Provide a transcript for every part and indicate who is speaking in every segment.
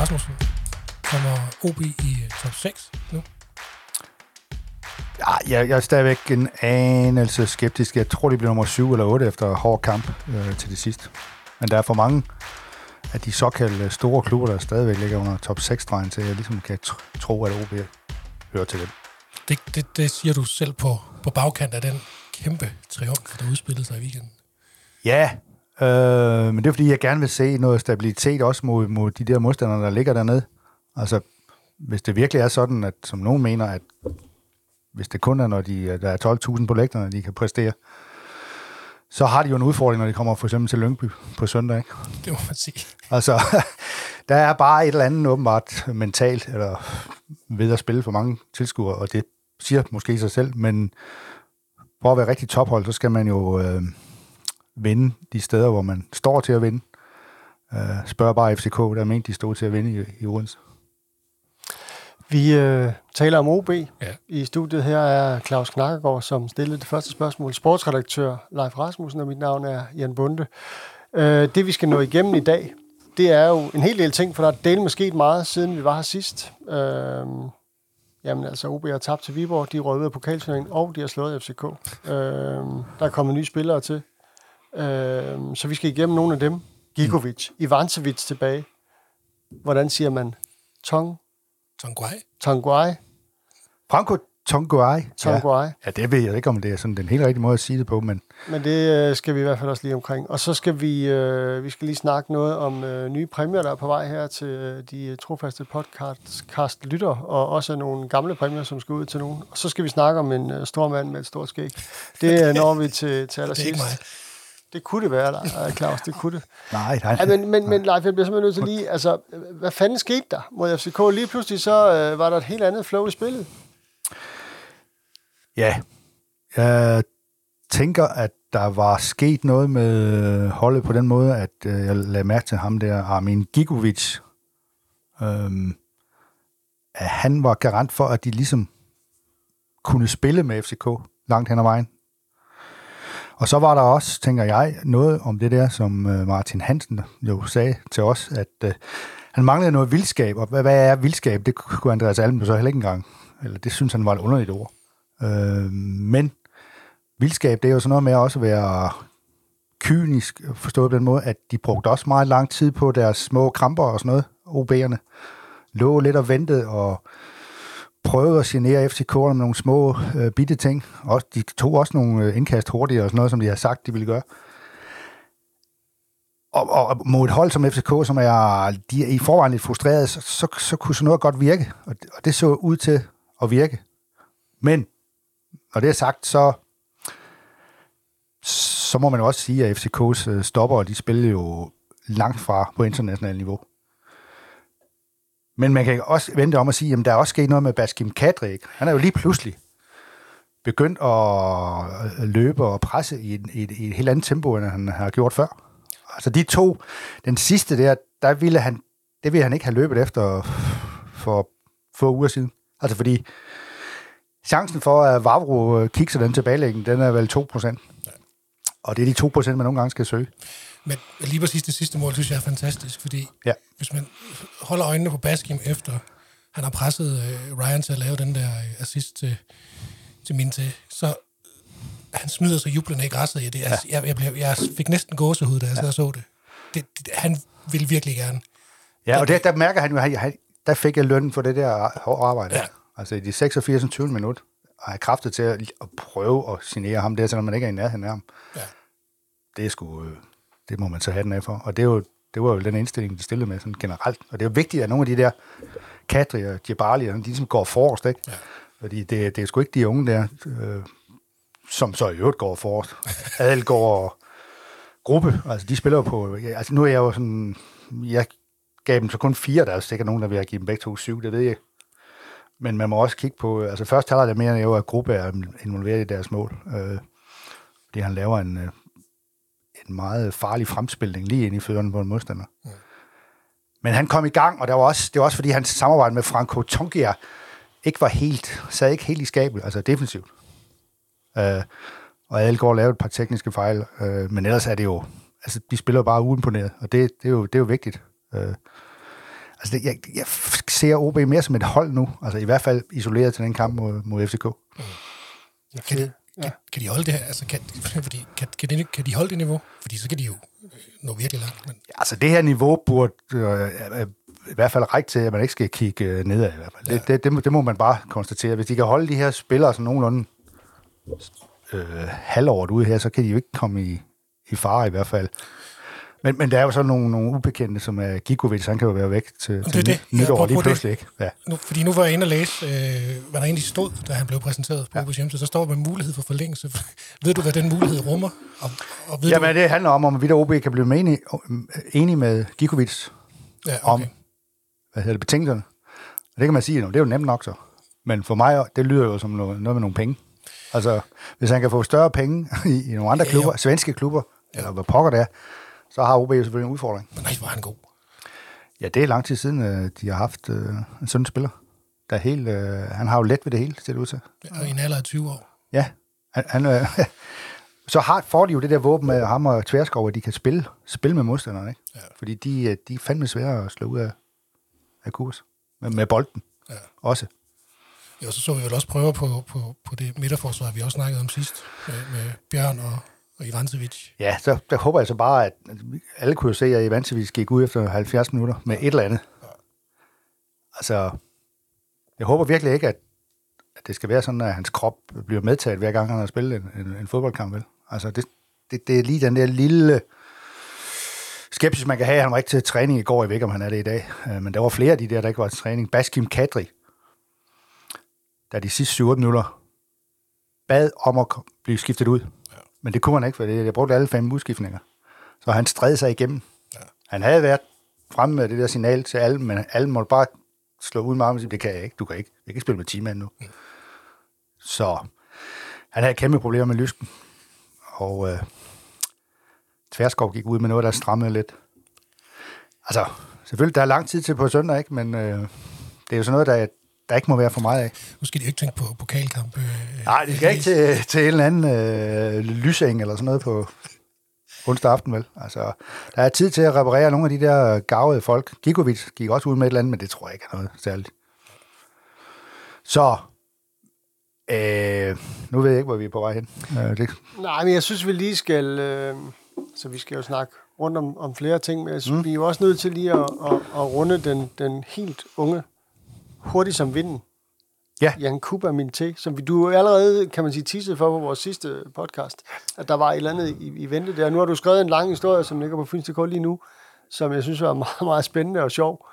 Speaker 1: Rasmussen. Kommer OB i top 6 nu?
Speaker 2: Ja, jeg er stadigvæk en anelse skeptisk. Jeg tror, de bliver nummer 7 eller 8 efter hård kamp til det sidste. Men der er for mange af de såkaldte store klubber, der stadigvæk ligger under top 6-stregen, så jeg ligesom kan tro, at OB hører til dem.
Speaker 1: Det siger du selv på bagkant af den kæmpe triumf, der udspillede sig i weekenden.
Speaker 2: Ja, men det er fordi, jeg gerne vil se noget stabilitet også mod de der modstandere, der ligger dernede. Altså, hvis det virkelig er sådan, at som nogen mener, at hvis det kun er, når der er 12.000 på lægterne, de kan præstere, så har de jo en udfordring, når de kommer for eksempel til Lyngby på søndag, ikke?
Speaker 1: Det må man sige.
Speaker 2: Altså, der er bare et eller andet åbenbart mentalt, eller ved at spille for mange tilskuere, og det siger måske sig selv, men for at være rigtig tophold, så skal man jo vinde de steder, hvor man står til at vinde. Spørg bare FCK, der mente de stod til at vinde i Odense.
Speaker 3: Vi taler om OB. Ja. I studiet her er Claus Knakkergaard, som stillede det første spørgsmål. Sportsredaktør Leif Rasmussen, og mit navn er Jan Bunde. Det vi skal nå igennem i dag, det er jo en hel del ting, for der er delt med sket meget, siden vi var her sidst. Jamen altså, OB har tabt til Viborg, de er røget ud af pokalturneringen, og de har slået FCK. Der er kommet nye spillere til. Så vi skal igennem nogle af dem. Gigovic, Ivancevic tilbage. Hvordan siger man? Tonguai.
Speaker 2: Franco Tonguai.
Speaker 3: Tonguai.
Speaker 2: Ja, det ved jeg ikke, om det er sådan den helt rigtige måde at sige det på, men
Speaker 3: det skal vi i hvert fald også lige omkring. Og så skal vi skal lige snakke noget om nye præmier, der er på vej her til de trofaste podcast-lytter, og også nogle gamle præmier, som skal ud til nogen. Og så skal vi snakke om en stor mand med et stort skæg. Det når vi til allersidst. Det er ikke mig. Det kunne det være, Claus, det kunne det.
Speaker 2: Nej.
Speaker 3: Ja, men Leif, jeg bliver simpelthen nødt til lige, altså, hvad fanden skete der mod FCK? Lige pludselig så var der et helt andet flow i spillet.
Speaker 2: Ja, jeg tænker, at der var sket noget med holdet på den måde, at jeg lagde mærke til ham der, Armin Gigovic. At han var garant for, at de ligesom kunne spille med FCK langt hen ad vejen. Og så var der også, tænker jeg, noget om det der, som Martin Hansen jo sagde til os, at han manglede noget vildskab. Og hvad er vildskab? Det kunne Andreas Alm så heller ikke engang. Eller det synes han var et underligt ord. Men vildskab, det er jo sådan noget med også at være kynisk, forstået på den måde, at de brugte også meget lang tid på deres små kramper og sådan noget, OB'erne. Lå lidt og ventede og prøvede at genere FCK med nogle små bitte ting. Også, de tog også nogle indkast hurtigere og sådan noget, som de har sagt, de ville gøre. Og mod et hold som FCK, som de er i forvejen lidt frustreret, så kunne sådan noget godt virke. Og det så ud til at virke. Men når det er sagt, så må man jo også sige, at FCK's stopper, de spiller jo langt fra på internationalt niveau. Men man kan også vente om at sige, at der er også sket noget med Baskim Kadri. Han er jo lige pludselig begyndt at løbe og presse i et helt andet tempo, end han har gjort før. Altså de to, den sidste der ville han ikke have løbet efter for få uger siden. Altså fordi chancen for, at Vavro kigger den tilbagelægning, den er vel 2%. Ja. Og det er de 2%, man nogle gange skal søge.
Speaker 1: Men lige præcis det sidste mål, synes jeg er fantastisk, fordi hvis man holder øjnene på Baskim efter, han har presset Ryan til at lave den der assist til Minte, så han smider sig jublende i græsset. Jeg fik næsten gåsehud, da jeg så det. Han vil virkelig gerne.
Speaker 2: Ja, og der mærker han jo, der fik jeg lønnen for det der hårde arbejde. Ja. Altså i de 86. minut, og har kraftet til at prøve at signere ham der, selvom man ikke er i nærheden af ham. Ja. Det er sgu... Det må man så have den af for. Og det var jo den indstilling, de stillede med sådan generelt. Og det er jo vigtigt, at nogle af de der Kadri og Djibali, de ligesom går forrest, ikke? Ja. Fordi det er sgu ikke de unge der, som så i øvrigt går forrest. Adelgaard og Gruppe, altså de spiller jo på... Altså nu er jeg jo sådan... Jeg gav dem så kun 4, der er sikkert nogen, der vil have givet dem begge 2 7, det ved jeg. Men man må også kigge på... Altså først taler det mere, jo, at Gruppe er involveret i deres mål. Fordi han laver en meget farlig fremspilning lige ind i fødderne på en modstander. Ja. Men han kom i gang, og det var også fordi hans samarbejde med Franco Tongia sad ikke helt i skabet, altså defensivt. Og Adelgaard lavede et par tekniske fejl, men ellers er det jo, altså de spiller bare uimponeret, og det er jo vigtigt. Altså, jeg ser OB mere som et hold nu, altså i hvert fald isoleret til den kamp mod FCK.
Speaker 1: Kan de holde det her? Altså, kan de holde det niveau? Fordi så kan de jo nå virkelig langt. Men...
Speaker 2: Altså, det her niveau burde i hvert fald række til, at man ikke skal kigge nedad i hvert fald. Ja. Det må man bare konstatere. Hvis de kan holde de her spillere sådan nogenlunde halvåret ude her, så kan de jo ikke komme i fare i hvert fald. Men der er jo så nogle ubekendte, som er Gigovic, han kan jo være væk til nytår lige pludselig, ikke? Ja.
Speaker 1: Fordi nu var jeg inde og læse, hvad der egentlig stod, da han blev præsenteret på OB's hjemmeside. Så står der med mulighed for forlængelse. Ved du, hvad den mulighed rummer?
Speaker 2: Jamen, det handler om vi der OB kan blive enige med Gigovic om betingelserne. Og det kan man sige, det er jo nemt nok så. Men for mig, det lyder jo som noget med nogle penge. Altså, hvis han kan få større penge i nogle andre klubber, svenske klubber, eller hvad pokker det er, så har OB jo selvfølgelig en udfordring.
Speaker 1: Men nej, hvor er han god.
Speaker 2: Ja, det er lang tid siden, de har haft en sådan spiller. Der er helt, han har jo let ved det hele, ser det ud til.
Speaker 1: Ja, og i en alder af 20 år.
Speaker 2: Ja, så får de jo det der våben med ham og Tverskov, at de kan spille med modstanderne, ikke? Ja. Fordi de er fandme svære at slå ud af kurs. Med bolden også.
Speaker 1: Jo, så vi vel også prøver på det midterforsvar, vi også snakkede om sidst, med Bjørn og Ivancevic.
Speaker 2: Ja, så der håber jeg så bare, at alle kunne jo se, at Ivancevic gik ud efter 70 minutter med et eller andet. Ja. Altså, jeg håber virkelig ikke, at det skal være sådan, at hans krop bliver medtaget, hver gang han har spillet en fodboldkamp, vel? Altså, det er lige den der lille skepsis, man kan have. Han var ikke til træning i går, jeg ved ikke, om han er det i dag. Men der var flere af de der ikke var til træning. Baskim Kadri, der de sidste 7-8 minutter bad om at blive skiftet ud. Ja. Men det kunne han ikke, for jeg brugte alle 5 udskiftninger. Så han strædede sig igennem. Ja. Han havde været fremme med det der signal til alle, men alle måtte bare slå ud med armen og sige, det kan jeg ikke, du kan ikke. Jeg kan ikke spille med 10 mand nu. Mm. Så han havde kæmpe problemer med lysken. Og Tverskov gik ud med noget, der strammede lidt. Altså, selvfølgelig, der er lang tid til på søndag, ikke? Men det er jo sådan noget, der ikke må være for meget af.
Speaker 1: Nu skal de ikke tænke på pokalkamp.
Speaker 2: Nej, de skal ikke til en eller anden lyseng eller sådan noget på onsdag aften, vel? Altså, der er tid til at reparere nogle af de der garvede folk. Gigovic gik også ud med et eller andet, men det tror jeg ikke er noget særligt. Så, nu ved jeg ikke, hvor vi er på vej hen.
Speaker 3: Nej, men jeg synes, vi lige skal... så vi skal jo snakke rundt om flere ting, men vi er jo også nødt til lige at runde den helt unge, hurtigt som vinden.
Speaker 2: Ja.
Speaker 3: Jan Kuba Minté, som du allerede, kan man sige, teasede for vores sidste podcast, at der var et eller andet i vente der. Nu har du skrevet en lang historie, som ligger på Fyns.dk lige nu, som jeg synes var meget, meget spændende og sjov.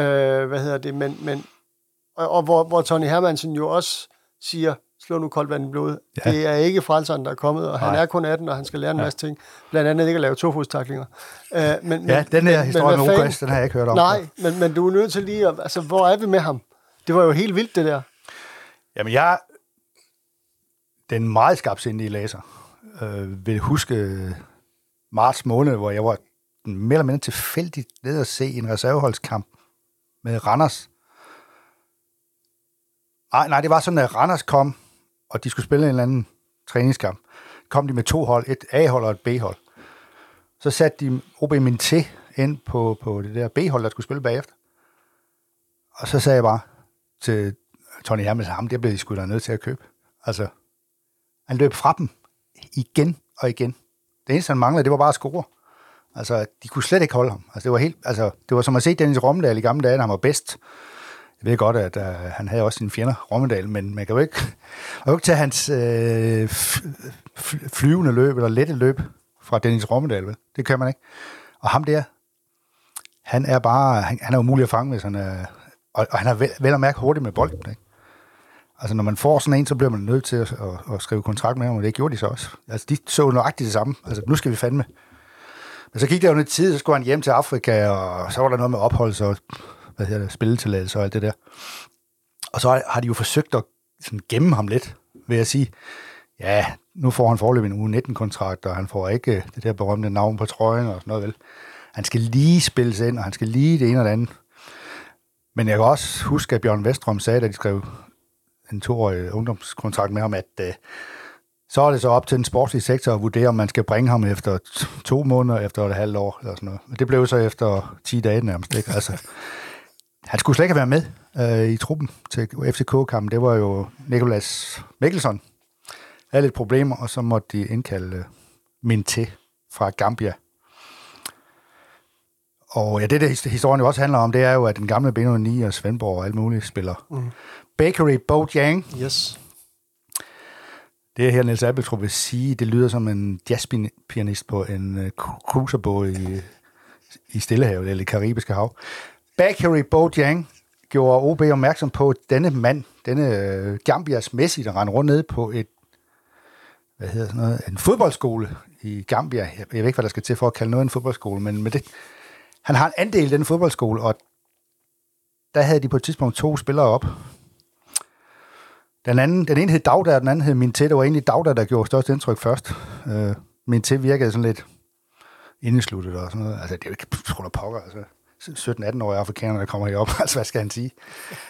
Speaker 3: Hvor Tony Hermansen jo også siger, slå nu koldt vand i blodet. Ja. Det er ikke frelseren, der er kommet, og han er kun 18, og han skal lære en masse ting. Blandt andet ikke at lave tofodstaklinger.
Speaker 2: Den her historie med Okas, den har jeg ikke hørt om.
Speaker 3: Nej, men du er nødt til lige at... Altså, hvor er vi med ham? Det var jo helt vildt, det der.
Speaker 2: Jamen, den meget skarpsindige læser, vil huske marts måned, hvor jeg var mere eller mindre tilfældigt nede at se en reserveholdskamp med Randers. Nej, det var sådan, at Randers kom, og de skulle spille en eller anden træningskamp. Kom de med 2 hold, et A-hold og et B-hold. Så satte de OB Minté ind på det der B-hold, der skulle spille bagefter. Og så sagde jeg bare til Tony Hermansen, ham det blev de sgu da nødt til at købe. Altså, han løb fra dem igen og igen. Det eneste, han manglede, det var bare at score. Altså, de kunne slet ikke holde ham. Altså, det var som at se Dennis Rommedal i gamle dage, da han var bedst. Jeg ved godt, at han havde også sine fjender, Rommedal, men man kan jo ikke tage hans flyvende løb eller lette løb fra Dennis Rommedal, vel? Det kan man ikke. Og ham der, han er umulig at fange, hvis han er... Og han er vel at mærke hurtigt med bolden, ikke? Altså, når man får sådan en, så bliver man nødt til at skrive kontrakt med ham, og det gjorde de så også. Altså, de så nøjagtigt det samme. Altså, nu skal vi fandme. Men så gik der jo lidt tid, så skulle han hjem til Afrika, og så var der noget med ophold, og spilletilladelse og alt det der. Og så har de jo forsøgt at sådan gemme ham lidt, ved at sige, ja, nu får han foreløbig en U19-kontrakt, og han får ikke det der berømte navn på trøjen og sådan noget, vel. Han skal lige spilles ind, og han skal lige det ene og det andet. Men jeg kan også huske, at Bjørn Westrøm sagde, da de skrev en 2-årig ungdomskontrakt med ham, at så er det så op til den sportslige sektor at vurdere, om man skal bringe ham efter 2 måneder, efter et halvt år, eller sådan noget. Og det blev så efter 10 dage nærmest, ikke? Altså, Han skulle slet ikke have været med i truppen til FCK-kampen. Det var jo Nicolas Mikkelsen. Havde lidt problemer, og så måtte de indkalde Minté fra Gambia. Og ja, det historien jo også handler om, det er jo, at den gamle B9 og Svendborg og alt muligt spiller. Bakery Bojang.
Speaker 3: Yes.
Speaker 2: Det her Niels Abeltrup vil sige, det lyder som en jazzpianist på en cruiserbåd i Stillehavet, eller i Karibiske Hav. Bakery Bojang gjorde OB opmærksom på denne mand, denne Gambias Messi, der rendte rundt ned på en fodboldskole i Gambia. Jeg ved ikke, hvad der skal til for at kalde noget en fodboldskole, men med det, han har en andel i den fodboldskole, og der havde de på et tidspunkt 2 spillere op. Den ene hed Dagda, den anden hed Minté. Det var egentlig Dagda, der gjorde størst indtryk først. Minté virkede sådan lidt indesluttet og sådan noget. Altså, det er jo ikke skrulder pokker, altså. 17-18-årige afrikanere, der kommer herop. Altså, hvad skal han sige?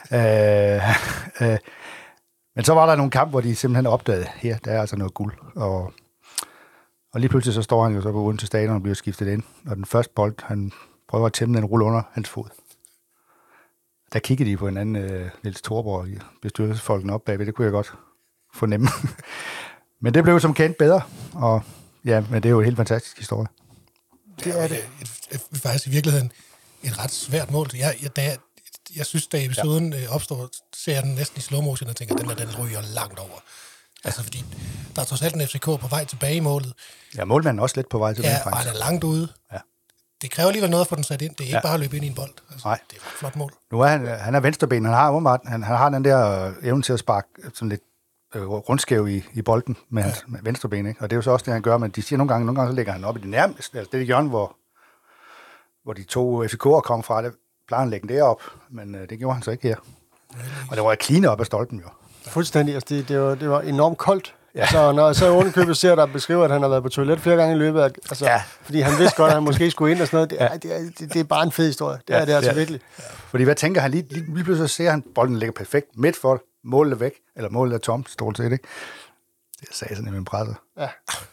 Speaker 2: Men så var der nogle kampe, hvor de simpelthen opdagede, her, der er altså noget guld. Og lige pludselig så står han jo så på uden til stadion og bliver skiftet ind. Og den første bold, han prøver at tæmme den rulle under hans fod. Der kiggede de på hinanden, Niels Thorborg, bestyrelsesfolkene op bagved. Det kunne jeg godt fornemme. Men det blev som kendt bedre. Og ja, men det er jo en helt fantastisk historie.
Speaker 1: Det er det. Faktisk i virkeligheden et ret svært mål. Jeg synes, da episoden opstår, ser jeg den næsten i slow motion og tænker, at den ryger langt over. Altså, fordi der er trods alt en FCK på vej tilbage i målet.
Speaker 2: Ja, målmanden er også lidt på vej tilbage.
Speaker 1: Ja, og han er langt ude. Ja. Det kræver alligevel noget at få den sat ind. Det er ikke bare at løbe ind i en bold. Altså, det er et flot mål. Nu
Speaker 2: er han er venstreben. Han har den der evne til at sparke sådan lidt rundskæv i bolden med hans venstreben, ikke? Og det er jo så også det, han gør, men de siger nogle gange så lægger han op i det nærmeste. Altså, det er hjørne, hvor de 2 FCK'er kom fra. Det plejer han at lægge derop, men det gjorde han så ikke her. Og det var clean op af stolpen, jo.
Speaker 3: Fuldstændig. Altså, det var enormt koldt. Ja. Så når jeg så underkøbet ser, der beskriver, at han har været på toilet flere gange i løbet af, fordi han vidste godt, at han måske skulle ind og sådan noget. Det er bare en fed historie. Det er det altså virkelig. Ja.
Speaker 2: Fordi hvad tænker han? Lige pludselig ser han, bolden ligger perfekt midt for, målet er væk, eller målet er tomt, stort set, ikke? Det sagde sådan i min presse. Ja.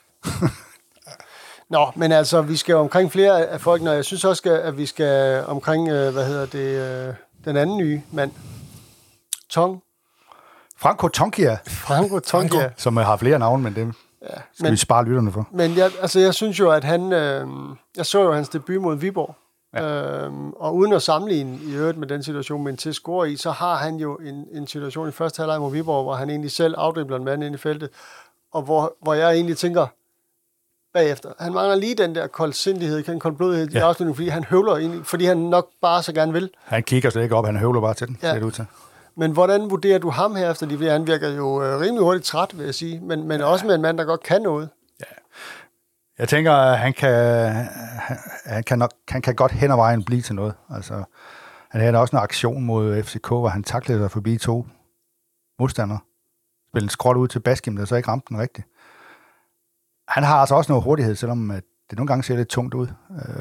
Speaker 3: Nå, men altså, vi skal omkring flere af folkene, og jeg synes også, at vi skal omkring, den anden nye mand.
Speaker 2: Franco Tonkia. Som har flere navne, men dem skal vi spare lytterne for.
Speaker 3: Men jeg synes jo, at han... jeg så jo hans debut mod Viborg. Ja. Og uden at sammenligne i øvrigt med den situation, men til score i, så har han jo en situation i første halvleg mod Viborg, hvor han egentlig selv afdribler en mand ind i feltet, og hvor jeg egentlig tænker bagefter, han mangler lige den der koldsindighed, den koldblodighed i afslutningen, fordi han høvler ind, fordi han nok bare så gerne vil.
Speaker 2: Han kigger slet ikke op, han høvler bare til den. Ja. Ud til.
Speaker 3: Men hvordan vurderer du ham her efter de? Han virker jo rimelig hurtigt træt, vil jeg sige, men også med en mand, der godt kan noget. Ja.
Speaker 2: Jeg tænker, at han kan godt hen ad vejen blive til noget. Altså, han havde også en aktion mod FCK, hvor han taklede sig forbi 2 modstandere. Spillede en skråt ud til Baskim, der så ikke ramte den rigtigt. Han har altså også noget hurtighed, selvom det nogle gange ser lidt tungt ud.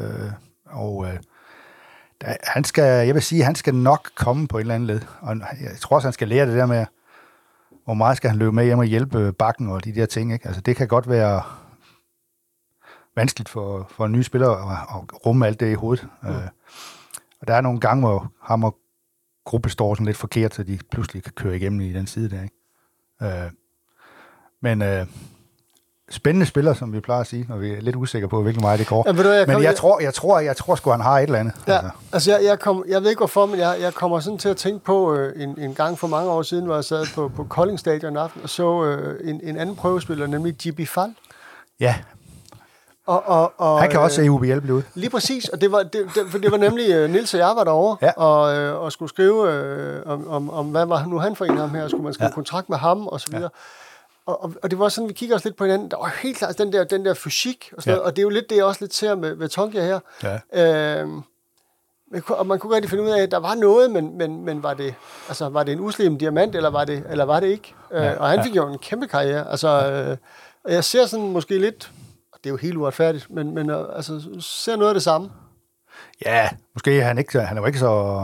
Speaker 2: Han skal nok komme på et eller andet led. Og jeg tror også, han skal lære det der med, hvor meget skal han løbe med hjem og hjælpe bakken og de der ting. Ikke? Altså, det kan godt være vanskeligt for en ny spiller at rumme alt det i hovedet. Og der er nogle gange, hvor ham og gruppe står sådan lidt forkert, så de pludselig kan køre igennem i den side der. Ikke? Men spændende spiller, som vi plejer at sige, når vi er lidt usikre på, hvilken vej det går. Ja, men jeg tror sgu, han har et eller andet.
Speaker 3: Ja, altså jeg ved ikke hvorfor, men jeg kommer sådan til at tænke på en gang for mange år siden, hvor jeg sad på Kolding Stadion en aften og så en anden prøvespiller, nemlig Djiby Fall.
Speaker 2: Ja. Og han kan også se UBL blive ud.
Speaker 3: Lige præcis, og det var nemlig Niels og jeg var derovre, og skulle skrive om hvad var nu han for en af ham her, skulle man skrive kontrakt med ham, og så videre. Og det var sådan, vi kigger også lidt på hinanden. Der var helt klart den der fysik og sådan noget, og det er jo lidt det, jeg også lidt ser med Tonkia her. Ja. Og man kunne rigtig finde ud af, at der var noget, men var det en uslimet diamant, eller var det ikke? Og han fik jo en kæmpe karriere. Og jeg ser sådan måske lidt, og det er jo helt uretfærdigt, men ser noget af det samme.
Speaker 2: Ja, måske han er jo ikke så,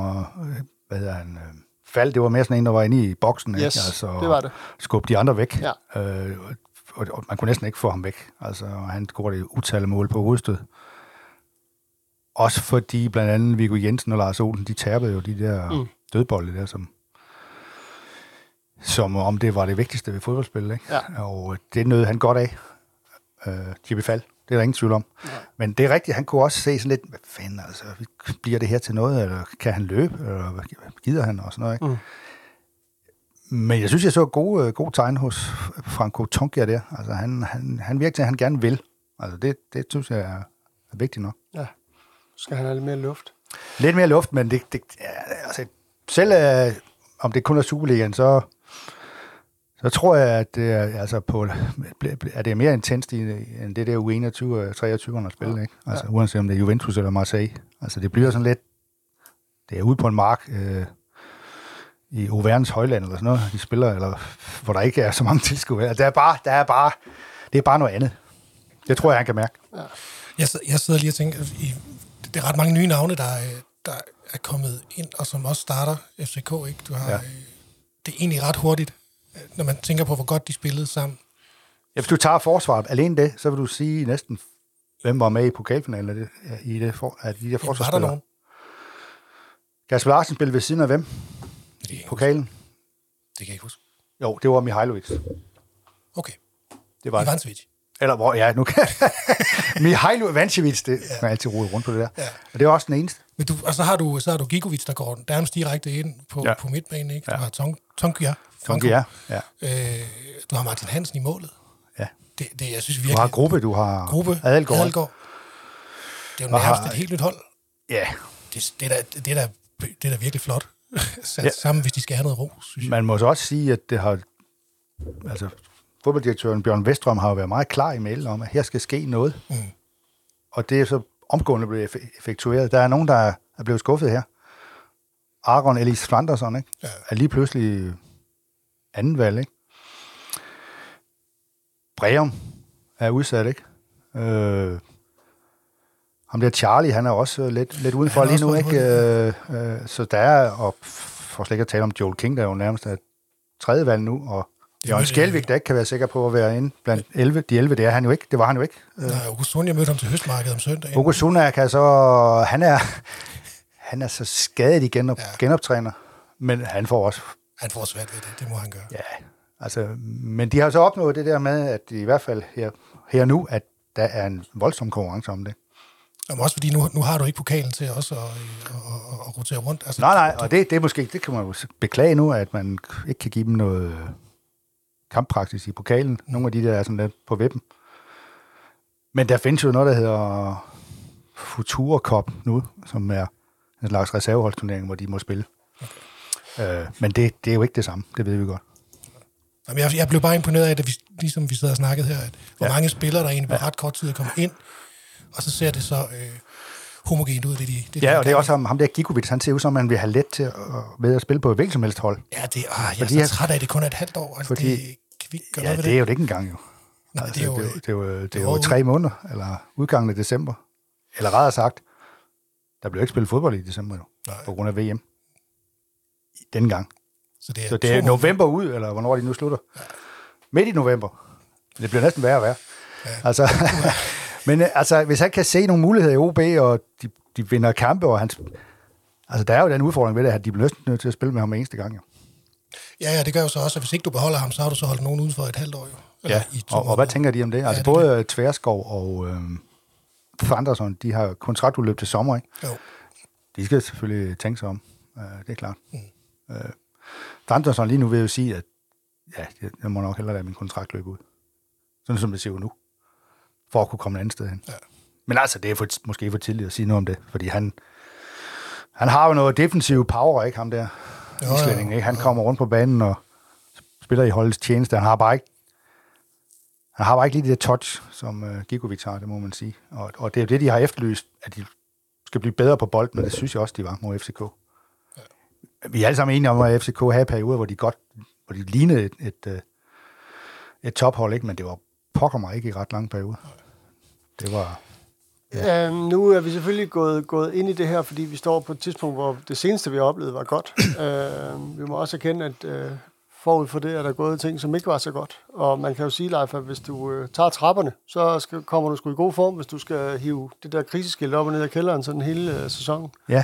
Speaker 2: Fald, det var mere sådan en, der var inde i boksen.
Speaker 3: Yes, ikke? Det var det.
Speaker 2: Skubbe de andre væk. Ja. Og man kunne næsten ikke få ham væk. Altså, han går det utallige mål på hovedstød. Også fordi blandt andet Viggo Jensen og Lars Olsen, de tabede jo de der dødbolde der, som om det var det vigtigste ved fodboldspil, ikke? Ja. Og det nød han godt af. Jimmy Fall, det er der ingen tvivl om. Ja. Men det er rigtigt, han kunne også se sådan lidt, hvad fanden, altså, bliver det her til noget, eller kan han løbe, eller hvad gider han, og sådan noget, ikke? Men jeg synes, jeg så gode tegn hos Franco Tonkia der. Altså, han virker til, at han gerne vil. Altså, det synes jeg er vigtigt nok.
Speaker 3: Ja, skal han have lidt mere luft?
Speaker 2: Lidt mere luft, men altså, selv om det kun er Superligaen, så tror jeg, at det er, altså at det er mere intenst end det der U21-23'erne at spille, ikke? Altså, uanset om det er Juventus eller Marseille. Altså, det bliver sådan lidt, det er ude på en mark, i Auvergnes højland eller sådan noget, de spiller, eller hvor der ikke er så mange tilskuere. Det er bare noget andet. Det tror jeg, han kan mærke. Ja.
Speaker 1: Jeg sidder lige og tænker, det er ret mange nye navne, der er kommet ind, og som også starter FCK, ikke? Du har, det er egentlig ret hurtigt, når man tænker på, hvor godt de spillede sammen.
Speaker 2: Ja, hvis du tager forsvaret alene det, så vil du sige næsten, hvem var med i pokalfinalen i det af de der forsvarsspillere. Var der nogen? Kasper Larsen spillede ved siden af hvem? Pokalen?
Speaker 1: Det kan jeg ikke huske.
Speaker 2: Jo, det var Mihailovic.
Speaker 1: Okay.
Speaker 2: Det var
Speaker 1: Ivancevic.
Speaker 2: Eller hvor, ja, nu kan Mihailovic, Ivancevic, det kan jeg altid rode rundt på det der. Ja. Og det er også den eneste.
Speaker 1: Men og så har du Gigovic, der går nærmest direkte ind på midtbanen, ikke? Du har Tonkia.
Speaker 2: Tonkia, ja.
Speaker 1: Du har Martin Hansen i målet.
Speaker 2: Ja.
Speaker 1: Det jeg synes virkelig...
Speaker 2: Du har Adelgaard.
Speaker 1: Det er jo nærmest et helt nyt hold.
Speaker 2: Ja.
Speaker 1: Det er da virkelig flot. Sat sammen, hvis de skal have noget ro, synes jeg.
Speaker 2: Man må så også sige, at det har... Altså, fodbolddirektøren Bjørn Westrøm har jo været meget klar i mail om, at her skal ske noget. Og det er så omgående blevet effektueret. Der er nogen, der er blevet skuffet her. Aron Ellis Flanderson, ikke? Ja. Er lige pludselig anden valg, ikke? Breum er udsat, ikke? Ham der Charlie, han er også lidt udenfor lige nu, ikke? Så der er, og for slet ikke at tale om Joel King, der er jo nærmest er tredje valg nu, og Jørgen Skjelvik, der ikke kan være sikker på at være inde blandt 11. De 11, det er han jo ikke. Det var han jo ikke.
Speaker 1: Nej, August Sund, jeg mødte ham til høstmarkedet om søndagen.
Speaker 2: August Sund han er så skadet igen og genoptræner, men han får også...
Speaker 1: Han får svært ved det, det må han gøre.
Speaker 2: Ja, altså, men de har så opnået det der med, at i hvert fald her nu, at der er en voldsom konkurrence om det.
Speaker 1: Jamen også fordi nu har du ikke pokalen til også at rotere rundt. Altså,
Speaker 2: nej, og det er måske, det kan man jo beklage nu, at man ikke kan give dem noget kamppraksis i pokalen. Nogle af de der er sådan lidt på vippen. Men der findes jo noget, der hedder Futura Cup nu, som er en slags reserveholdsturnering, hvor de må spille. Okay. Men det er jo ikke det samme, det ved vi godt.
Speaker 1: Jamen, jeg blev bare imponeret af, at ligesom vi sidder og snakkede her, at hvor mange spillere, der egentlig på ret kort tid er kommet ind, og så ser det så homogent ud. Det
Speaker 2: og det er også ham der Gigovic, han ser ud som, at han vil have let til at spille på et hvilket som helst hold.
Speaker 1: Ja, jeg er så træt af, at det kun er et halvt år. Altså,
Speaker 2: det er jo det ikke engang jo. Nej, altså, det er jo 3 måneder, eller udgangen af december. Eller rettere sagt, der blev ikke spillet fodbold i december jo, på grund af VM. Den gang. Så det er november ud, eller hvornår de nu slutter. Ja. Midt i november. Det bliver næsten værre og værre. Ja. Altså, men altså, hvis han kan se nogle muligheder i OB, og de vinder kampe, og altså, der er jo den udfordring ved det, at de bliver næsten nødt til at spille med ham eneste gang. Jo.
Speaker 1: Ja, det gør jo så også, at hvis ikke du beholder ham, så har du så holdt nogen uden for et halvt år. Jo.
Speaker 2: Eller i 2 og hvad tænker de om det? Altså både Tverskov og Fanderson, de har kontraktudløb til sommer, ikke? Jo. De skal selvfølgelig tænke sig om. Det er klart. Fanderson lige nu vil jo sige, at jeg må nok hellere lade min kontrakt løbe ud. Sådan som det ser ud nu. For at kunne komme et andet sted hen. Ja. Men altså, det er måske for tidligt at sige noget om det, fordi han har jo noget defensiv power, ikke ham der? Islænding, ikke? Han kommer rundt på banen og spiller i holdets tjeneste. Han har bare ikke lige det touch, som Gigovic har, det må man sige. Og det er jo det, de har efterlyst, at de skal blive bedre på bolden, og det synes jeg også, de var mod FCK. Ja. Vi er alle sammen enige om, at FCK havde perioder, hvor de lignede et tophold, ikke? Men det var pokker mig ikke i ret lange perioder. Det var...
Speaker 3: Ja. Nu er vi selvfølgelig gået ind i det her, fordi vi står på et tidspunkt, hvor det seneste, vi har oplevet, var godt. Vi må også erkende, at forud for det er der gået ting, som ikke var så godt. Og man kan jo sige, Leif, at hvis du tager trapperne, så kommer du sgu i god form, hvis du skal hive det der kriseskilt op og ned af kælderen sådan hele sæsonen.
Speaker 2: Ja.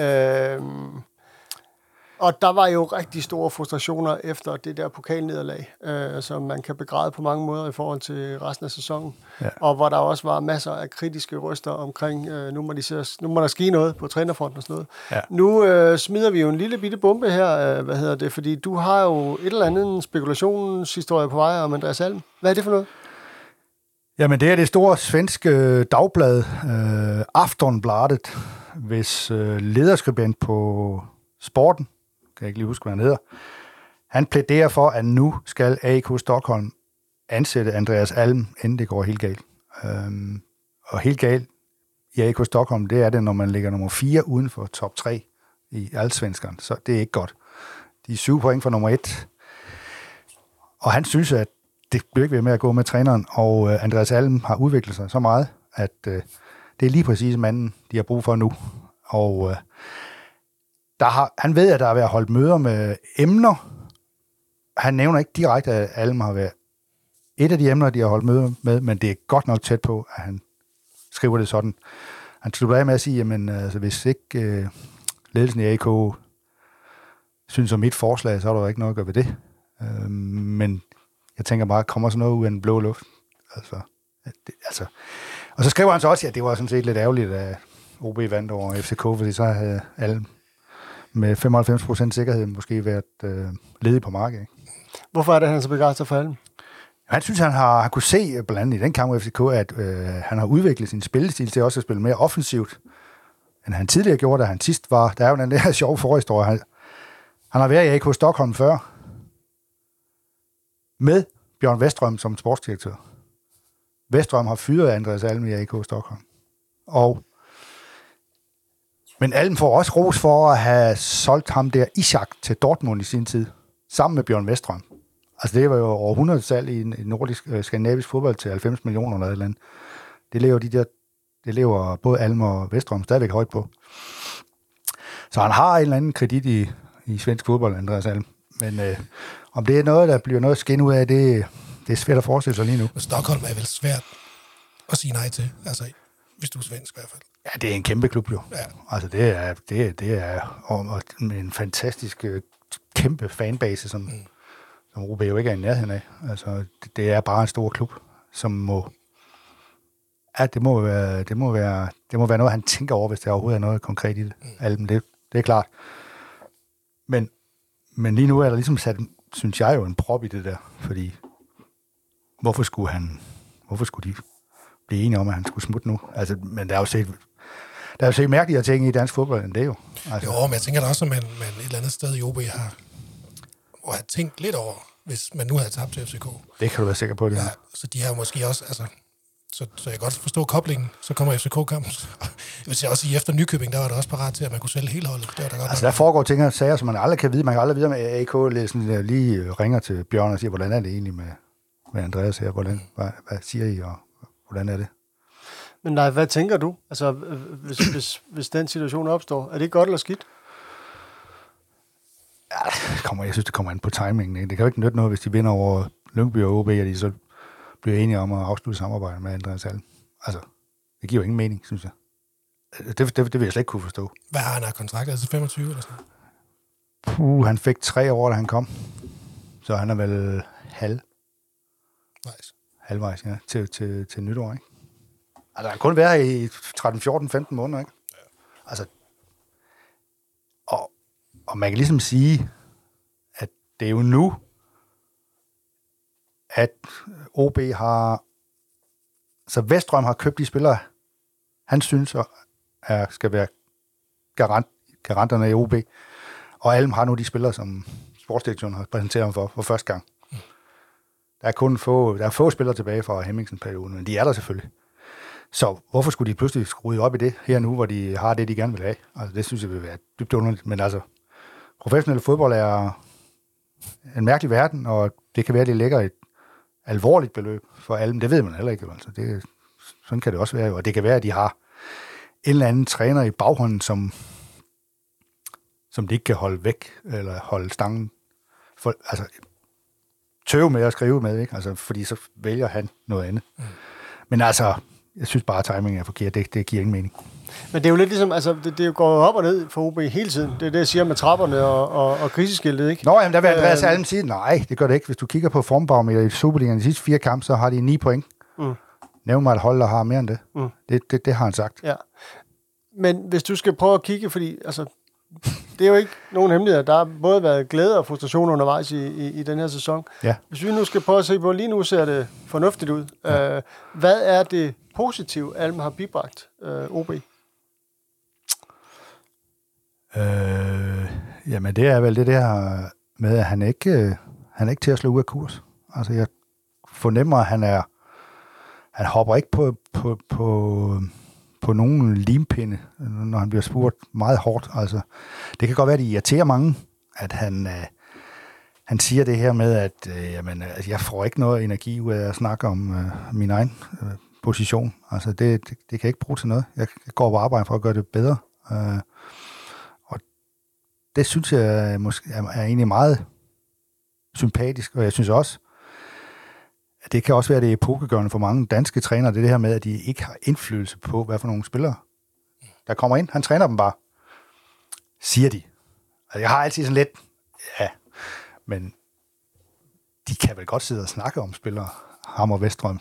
Speaker 3: Og der var jo rigtig store frustrationer efter det der pokalnederlag, som man kan begræde på mange måder i forhold til resten af sæsonen. Ja. Og hvor der også var masser af kritiske røster omkring, nu må der ske noget på trænerfronten og sådan noget. Ja. Nu smider vi jo en lille bitte bombe her, fordi du har jo et eller andet spekulationshistorie på vej om Andreas Alm. Hvad er det for noget?
Speaker 2: Jamen, det er det store svenske dagblad, Aftonbladet, hvis lederskribent på Sporten, kan jeg ikke lige huske, hvad han hedder. Han plæderer for, at nu skal AIK Stockholm ansætte Andreas Alm, inden det går helt galt. Og helt galt i AIK Stockholm, det er det, når man ligger nummer 4 uden for top 3 i Allsvenskan. Så det er ikke godt. De er 7 point for nummer 1. Og han synes, at det bliver ikke ved med at gå med træneren, og Andreas Alm har udviklet sig så meget, at det er lige præcis manden, de har brug for nu. Og han ved, at der er ved at holde møder med emner. Han nævner ikke direkte, at Alm har været et af de emner, de har holdt møder med, men det er godt nok tæt på, at han skriver det sådan. Han slutter af med at sige, jamen, altså, hvis ikke ledelsen i AIK synes om mit forslag, så er der ikke noget at gøre ved det. Men jeg tænker bare, at kommer sådan noget ud af en blå luft. Altså. Og så skriver han så også, at det var sådan set lidt ærgerligt, at OB vandt over FCK, fordi så havde Alm med 95% sikkerhed måske været ledig på markedet. Ikke?
Speaker 3: Hvorfor er det, han så begejstret for Alm?
Speaker 2: Han synes, han har kunne se, blandt andet i den kamp af FCK, at han har udviklet sin spillestil til også at spille mere offensivt, end han tidligere gjorde, da han sidst var. Der er jo den der sjove forhistorie. Han har været i AIK Stockholm før, med Bjørn Westrøm som sportsdirektør. Westrøm har fyret Andreas Alm i AIK Stockholm. Men Alm får også ros for at have solgt ham der Ishak til Dortmund i sin tid, sammen med Bjørn Westrøm. Altså det var jo over 100 salg i nordisk, skandinavisk fodbold til 90 millioner eller et eller andet. Det lever både Alm og Westrøm stadigvæk højt på. Så han har en eller anden kredit i svensk fodbold, Andreas Alm. Men om det er noget, der bliver noget skin ud af, det er svært at forestille sig lige nu.
Speaker 1: Og Stockholm er vel svært at sige nej til, altså hvis du er svensk i hvert fald.
Speaker 2: Ja, det er en kæmpe klub jo. Ja. Altså det er en fantastisk kæmpe fanbase, som OB jo ikke er i nærheden af. Altså det er bare en stor klub, som må... Ja, det må være noget, han tænker over, hvis der overhovedet er noget konkret i det. Alben, det er klart. Men lige nu er der ligesom sat, synes jeg jo, en prop i det der, fordi hvorfor skulle de blive enige om, at han skulle smutte nu? Altså, men der er jo set mærkeligere ting i dansk fodbold, end det jo. Altså.
Speaker 1: Jo, men jeg tænker da også, at man et eller andet sted i OB har tænkt lidt over, hvis man nu havde tabt til FCK.
Speaker 2: Det kan du være sikker på, det.
Speaker 1: Ja, så de har måske også, altså, så jeg kan godt forstå koblingen, så kommer FCK-kampen. Jeg vil sige, også efter Nykøbing, der var der også parat til, at man kunne sælge hele holdet. Det var der godt
Speaker 2: altså, der foregår ting og sager, som man aldrig kan vide. Man kan aldrig vide, om AK lige ringer til Bjørn og siger, hvordan er det egentlig med Andreas her? Hvad siger I, og hvordan er det?
Speaker 3: Men nej, hvad tænker du? Altså, hvis den situation opstår, er det godt eller skidt?
Speaker 2: Ja, jeg synes, det kommer an på timingen. Ikke? Det kan jo ikke nytte noget, hvis de vinder over Lyngby og OB, og de så bliver enige om at afslutte samarbejdet med Andreas Alm. Altså, det giver jo ingen mening, synes jeg. Det vil jeg slet ikke kunne forstå.
Speaker 1: Hvad har han af kontrakt? Altså 25 eller sådan?
Speaker 2: Han fik 3 år, da han kom. Så han er vel halvvejs, ja, til nytår, ikke? Altså, han har kun været her i 13, 14, 15 måneder, ikke? Ja. Altså, og man kan ligesom sige, at det er jo nu, at OB har... Så Westrøm har købt de spillere, han synes, skal være garanterne i OB. Og Alm har nu de spillere, som sportsdirektionen har præsenteret ham for første gang. Der er få spillere tilbage fra Hemmingsen-perioden, men de er der selvfølgelig. Så hvorfor skulle de pludselig skrue op i det her nu, hvor de har det, de gerne vil have? Altså, det synes jeg vil være dybt underligt. Men altså, professionel fodbold er en mærkelig verden, og det kan være, at det lægger et alvorligt beløb for Alm. Det ved man heller ikke. Altså, sådan kan det også være. Og det kan være, at de har en eller anden træner i baghånden, som de ikke kan holde væk, eller holde stangen tøve med at skrive med, ikke? Altså, fordi så vælger han noget andet. Men altså, jeg synes bare, at timingen er forkert. Det giver ingen mening.
Speaker 3: Men det er jo lidt ligesom, altså, det går op og ned for OB hele tiden. Det er det, jeg siger med trapperne og kriseskiltet, ikke?
Speaker 2: Nå, jamen, der vil Andreas Alm sige, nej, det gør det ikke. Hvis du kigger på formbarometer i Superligaen de sidste 4 kampe, så har de 9 point. Nævn mig et hold, der har mere end det. Det har han sagt.
Speaker 3: Ja. Men hvis du skal prøve at kigge, fordi altså, det er jo ikke nogen hemmelighed. Der har både været glæde og frustration undervejs i den her sæson.
Speaker 2: Ja.
Speaker 3: Hvis vi nu skal prøve at se på, lige nu ser det fornuftigt ud. Ja. Hvad er det positive, Alm har bibragt OB?
Speaker 2: Jamen, det er vel det der med, at han er ikke til at slå ud af kurs. Altså, jeg fornemmer, at han hopper ikke på nogen limpinde, når han bliver spurgt meget hårdt. Altså, det kan godt være, at det irriterer mange, at han siger det her med, at jeg får ikke noget energi ud af at snakke om min egen position. Altså, det kan jeg ikke bruge til noget. Jeg går på arbejde for at gøre det bedre. Og det synes jeg måske er egentlig meget sympatisk, og jeg synes også, at det kan også være det epokegørende for mange danske trænere, det her med, at de ikke har indflydelse på, hvad for nogle spillere, der kommer ind. Han træner dem bare, siger de. Altså, jeg har altid sådan lidt, ja, men de kan vel godt sidde og snakke om spillere, ham og Vestrøm.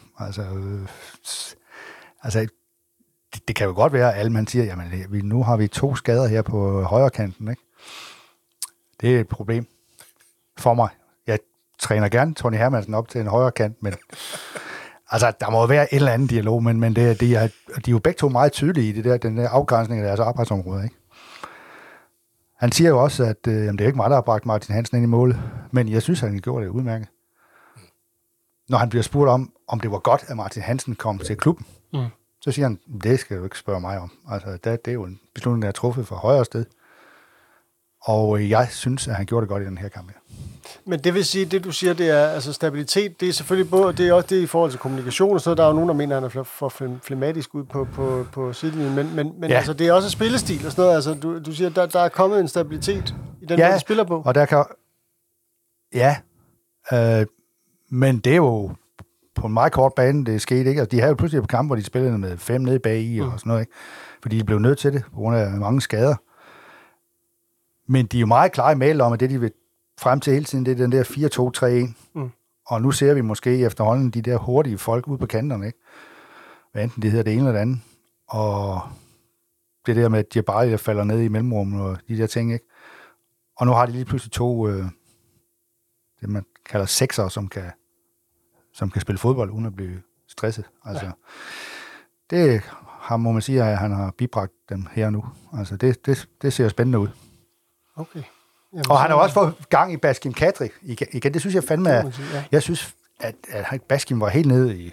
Speaker 2: Altså det kan jo godt være, at alle man siger, jamen nu har vi 2 skader her på højre kanten, ikke? Det er et problem for mig. Jeg træner gerne Tony Hermansen op til en højre kant, men altså, der må være et eller andet dialog, men de er jo begge to meget tydelige i den der afgrænsning af deres arbejdsområde, ikke? Han siger jo også, at det er ikke mig, der har bragt Martin Hansen ind i målet, men jeg synes, at han gjorde det udmærket. Når han bliver spurgt om det var godt, at Martin Hansen kom til klubben, så siger han, det skal du ikke spørge mig om. Altså, det er jo en beslutning, der er truffet fra højre sted. Og jeg synes, at han gjorde det godt i den her kamp her.
Speaker 3: Men det vil sige, det du siger, det er altså stabilitet, det er selvfølgelig både, det er også det i forhold til kommunikation, og så der er jo nogen, der mener, at han er for flematisk ud på sidelinjen, men ja. Altså, det er også spillestil og sådan noget. Altså, du siger, der er kommet en stabilitet i den måde, de spiller på.
Speaker 2: Og der kan... Ja, men det er jo på en meget kort bane, det skete ikke. Altså, de havde jo pludselig på kamp, hvor de spillede med 5 nede bag i og sådan noget, ikke? Fordi de blev nødt til det, på grund af mange skader. Men de er jo meget klare i mail om, at det, de vil frem til hele tiden, det er den der 4-2-3-1. Og nu ser vi måske efterhånden de der hurtige folk ude på kanterne, ikke? Hvad enten det hedder det ene eller det andet. Og det der med, at Djibari, der falder ned i mellemrummet og de der ting, ikke? Og nu har de lige pludselig 2, det man kalder sekser, som kan spille fodbold uden at blive stresset. Altså, det må man sige, at han har bibragt dem her nu. Altså, det ser spændende ud.
Speaker 3: Okay.
Speaker 2: Jamen, og han har også fået gang i Baskim Kadri igen. Det synes jeg fandme er... Jeg synes, at Baskim var helt nede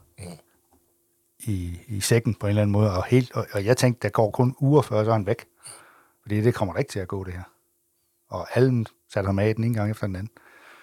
Speaker 2: i sækken på en eller anden måde, og jeg tænkte, der går kun uger før, så er han væk. Fordi det kommer ikke til at gå, det her. Og alle satte ham af den ene gang efter den anden.